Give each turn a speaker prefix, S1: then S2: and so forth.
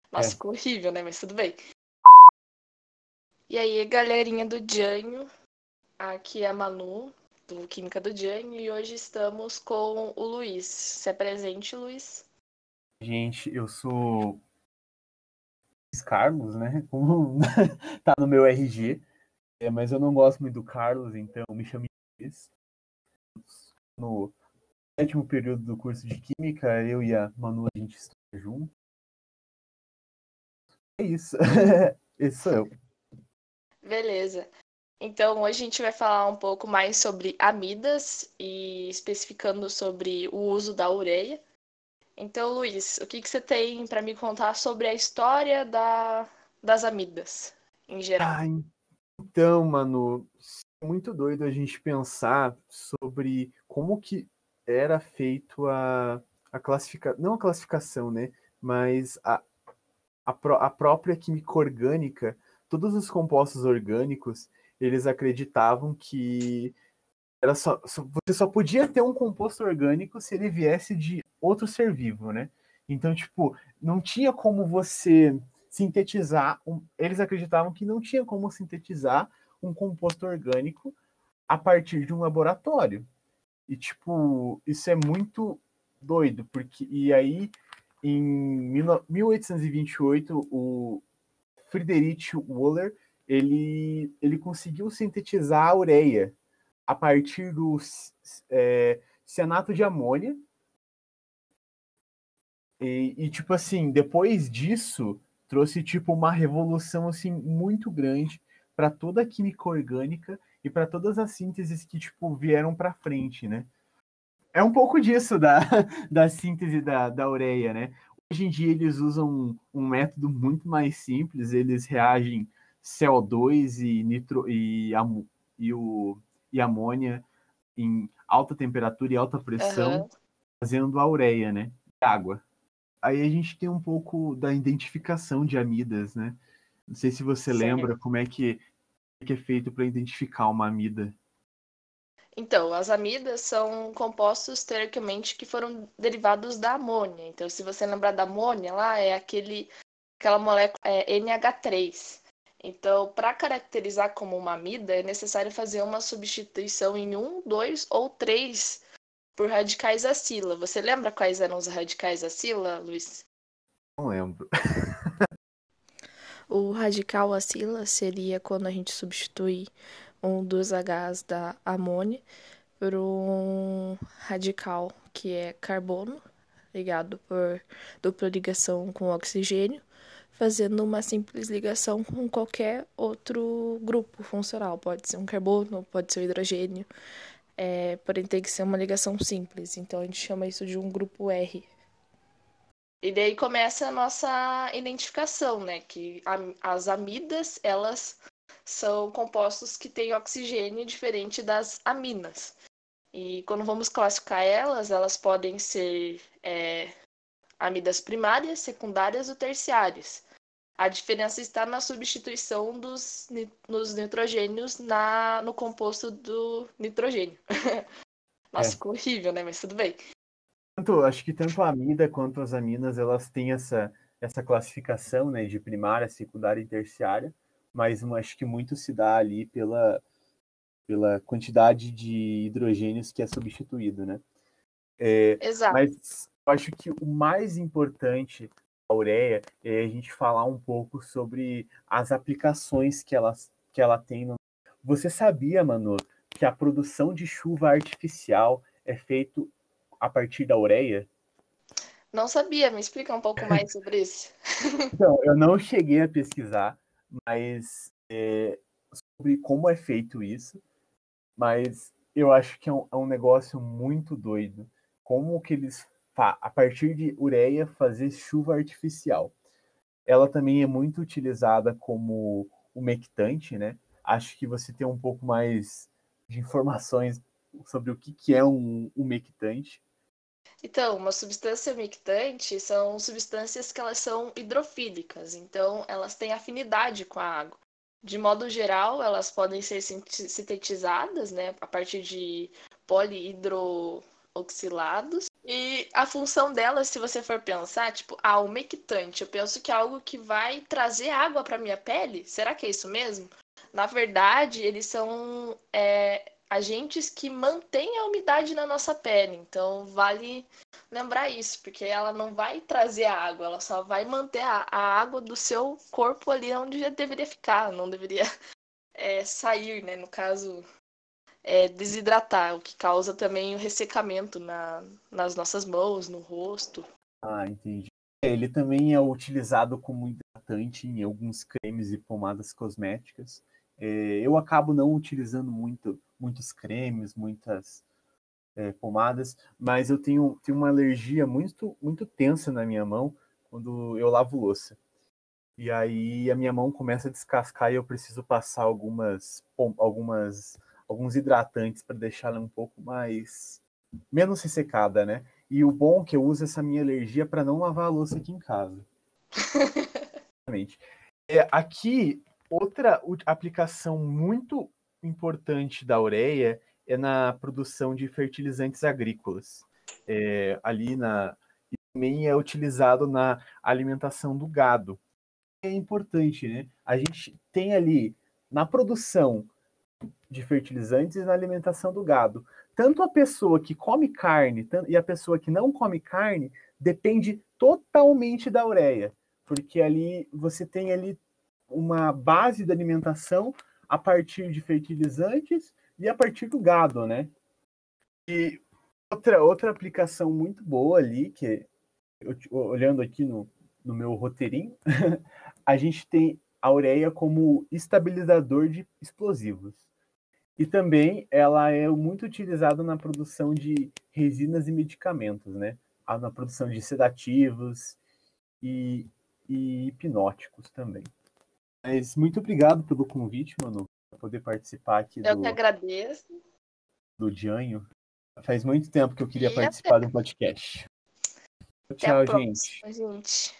S1: Nossa,
S2: É.
S1: ficou horrível, né? Mas tudo bem. E aí, galerinha do Jânio, aqui é a Manu, do Química do Jânio, e hoje estamos com o Luiz. Se apresente, Luiz.
S2: Gente, eu sou Luiz Carlos, né? Como tá no meu RG, mas eu não gosto muito do Carlos, então me chame de Luiz. No sétimo período do curso de Química, eu e a Manu, a gente estuda junto. É isso. Esse sou eu.
S1: Beleza. Então, hoje a gente vai falar um pouco mais sobre amidas e especificando sobre o uso da ureia. Então, Luiz, o que você tem para me contar sobre a história das amidas, em geral?
S2: Ah, então, Manu, é muito doido a gente pensar sobre como que era feito a classificação, não a classificação, né? Mas a própria química orgânica, todos os compostos orgânicos, eles acreditavam que você só podia ter um composto orgânico se ele viesse de outro ser vivo, né? Então, tipo, não tinha como você sintetizar. Eles acreditavam que não tinha como sintetizar um composto orgânico a partir de um laboratório. E, tipo, isso é muito doido, porque. E aí, em 1828, o Friedrich Wöhler ele conseguiu sintetizar a ureia a partir do cianato de amônia. Tipo assim, depois disso, trouxe tipo uma revolução assim muito grande para toda a química orgânica e para todas as sínteses que tipo vieram para frente, né? É um pouco disso da síntese da ureia, né? Hoje em dia eles usam um método muito mais simples, eles reagem CO2 e amônia em alta temperatura e alta pressão,
S1: Aham.
S2: fazendo a ureia, né? E água. Aí a gente tem um pouco da identificação de amidas, né? Não sei se você
S1: Sim.
S2: lembra como que é feito para identificar uma amida.
S1: Então, as amidas são compostos, teoricamente, que foram derivados da amônia. Então, se você lembrar da amônia, lá é aquela molécula NH3. Então, para caracterizar como uma amida, é necessário fazer uma substituição em um, dois ou três por radicais acila. Você lembra quais eram os radicais acila, Luiz?
S2: Não lembro.
S3: O radical acila seria quando a gente substitui um dos Hs da amônia por um radical que é carbono, ligado por dupla ligação com oxigênio, fazendo uma simples ligação com qualquer outro grupo funcional. Pode ser um carbono, pode ser um hidrogênio, porém tem que ser uma ligação simples. Então a gente chama isso de um grupo R.
S1: E daí começa a nossa identificação, né? Que as amidas, elas são compostos que têm oxigênio diferente das aminas. E quando vamos classificar elas, elas podem ser amidas primárias, secundárias ou terciárias. A diferença está na substituição nos nitrogênios no composto do nitrogênio. Nossa,
S2: É.
S1: ficou horrível, né? Mas tudo bem.
S2: Acho que tanto a amida quanto as aminas, elas têm essa classificação, né, de primária, secundária e terciária, mas acho que muito se dá ali pela quantidade de hidrogênios que é substituído, né?
S1: Exato.
S2: Mas eu acho que o mais importante da ureia é a gente falar um pouco sobre as aplicações que ela tem. Você sabia, Manu, que a produção de chuva artificial é feito a partir da ureia?
S1: Não sabia, me explica um pouco mais sobre isso.
S2: Então, eu não cheguei a pesquisar, mas sobre como é feito isso, mas eu acho que é um negócio muito doido. Como que eles, a partir de ureia, fazer chuva artificial. Ela também é muito utilizada como umectante, né? Acho que você tem um pouco mais de informações sobre o que é um umectante.
S1: Então, uma substância umectante são substâncias que elas são hidrofílicas, então elas têm afinidade com a água. De modo geral, elas podem ser sintetizadas, né, a partir de polihidroxilados E a função dela, se você for pensar, tipo, umectante, eu penso que é algo que vai trazer água para minha pele. Será que é isso mesmo? Na verdade, eles são agentes que mantêm a umidade na nossa pele. Então, vale lembrar isso, porque ela não vai trazer a água, ela só vai manter a água do seu corpo ali onde já deveria ficar, não deveria sair, né? No caso, desidratar, o que causa também o ressecamento nas nossas mãos, no rosto.
S2: Ah, entendi. Ele também é utilizado como hidratante em alguns cremes e pomadas cosméticas. Eu acabo não utilizando muitos cremes, muitas pomadas, mas eu tenho uma alergia muito tensa na minha mão quando eu lavo louça. E aí a minha mão começa a descascar e eu preciso passar alguns hidratantes para deixar ela um pouco menos ressecada, né? E o bom é que eu uso essa minha alergia para não lavar a louça aqui em casa. Exatamente. Aqui, outra aplicação muito importante da ureia é na produção de fertilizantes agrícolas. E também é utilizado na alimentação do gado. É importante, né? A gente tem ali na produção de fertilizantes e na alimentação do gado. Tanto a pessoa que come carne e a pessoa que não come carne depende totalmente da ureia, porque ali você tem ali uma base da alimentação a partir de fertilizantes e a partir do gado, né? E outra aplicação muito boa ali, que olhando aqui no meu roteirinho, a gente tem a ureia como estabilizador de explosivos. E também ela é muito utilizada na produção de resinas e medicamentos, né? Na produção de sedativos e hipnóticos também. Mas muito obrigado pelo convite, Manu, para poder participar aqui
S1: Eu que agradeço.
S2: do Dianho. Faz muito tempo que eu queria
S1: E
S2: participar do podcast.
S1: até a
S2: Tchau,
S1: próxima,
S2: gente.
S1: gente.